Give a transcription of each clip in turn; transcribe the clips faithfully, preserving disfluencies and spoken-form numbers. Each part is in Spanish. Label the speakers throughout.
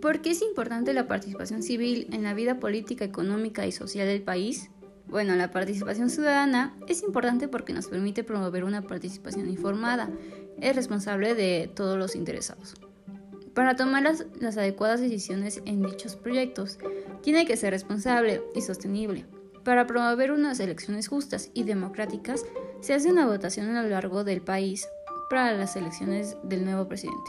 Speaker 1: ¿Por qué es importante la participación civil en la vida política, económica y social del país? Bueno, la participación ciudadana es importante porque nos permite promover una participación informada, es responsable de todos los interesados. Para tomar las, las adecuadas decisiones en dichos proyectos, tiene que ser responsable y sostenible. Para promover unas elecciones justas y democráticas, se hace una votación a lo largo del país para las elecciones del nuevo presidente.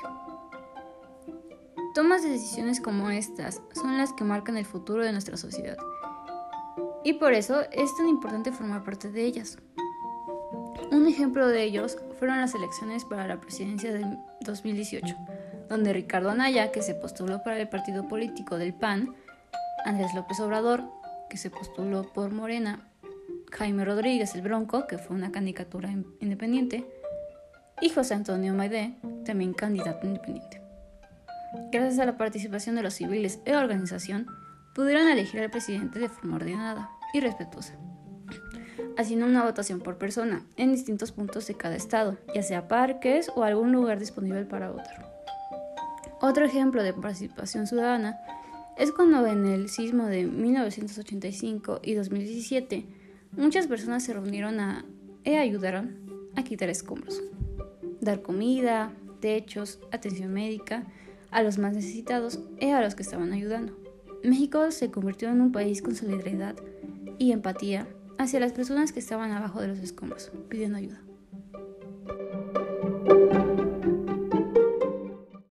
Speaker 1: Tomas de decisiones como estas son las que marcan el futuro de nuestra sociedad, y por eso es tan importante formar parte de ellas. Un ejemplo de ellos fueron las elecciones para la presidencia de dos mil dieciocho, donde Ricardo Anaya, que se postuló para el partido político del P A N, Andrés López Obrador, que se postuló por Morena, Jaime Rodríguez el Bronco, que fue una candidatura independiente, y José Antonio Maidé, también candidato independiente. Gracias a la participación de los civiles y la organización, pudieron elegir al presidente de forma ordenada y respetuosa, haciendo una votación por persona en distintos puntos de cada estado, ya sea parques o algún lugar disponible para votar. Otro ejemplo de participación ciudadana es cuando en el sismo de mil novecientos ochenta y cinco y dos mil diecisiete muchas personas se reunieron a, y ayudaron a quitar escombros, dar comida, techos, atención médica a los más necesitados y a los que estaban ayudando. México se convirtió en un país con solidaridad y empatía hacia las personas que estaban abajo de los escombros, pidiendo ayuda.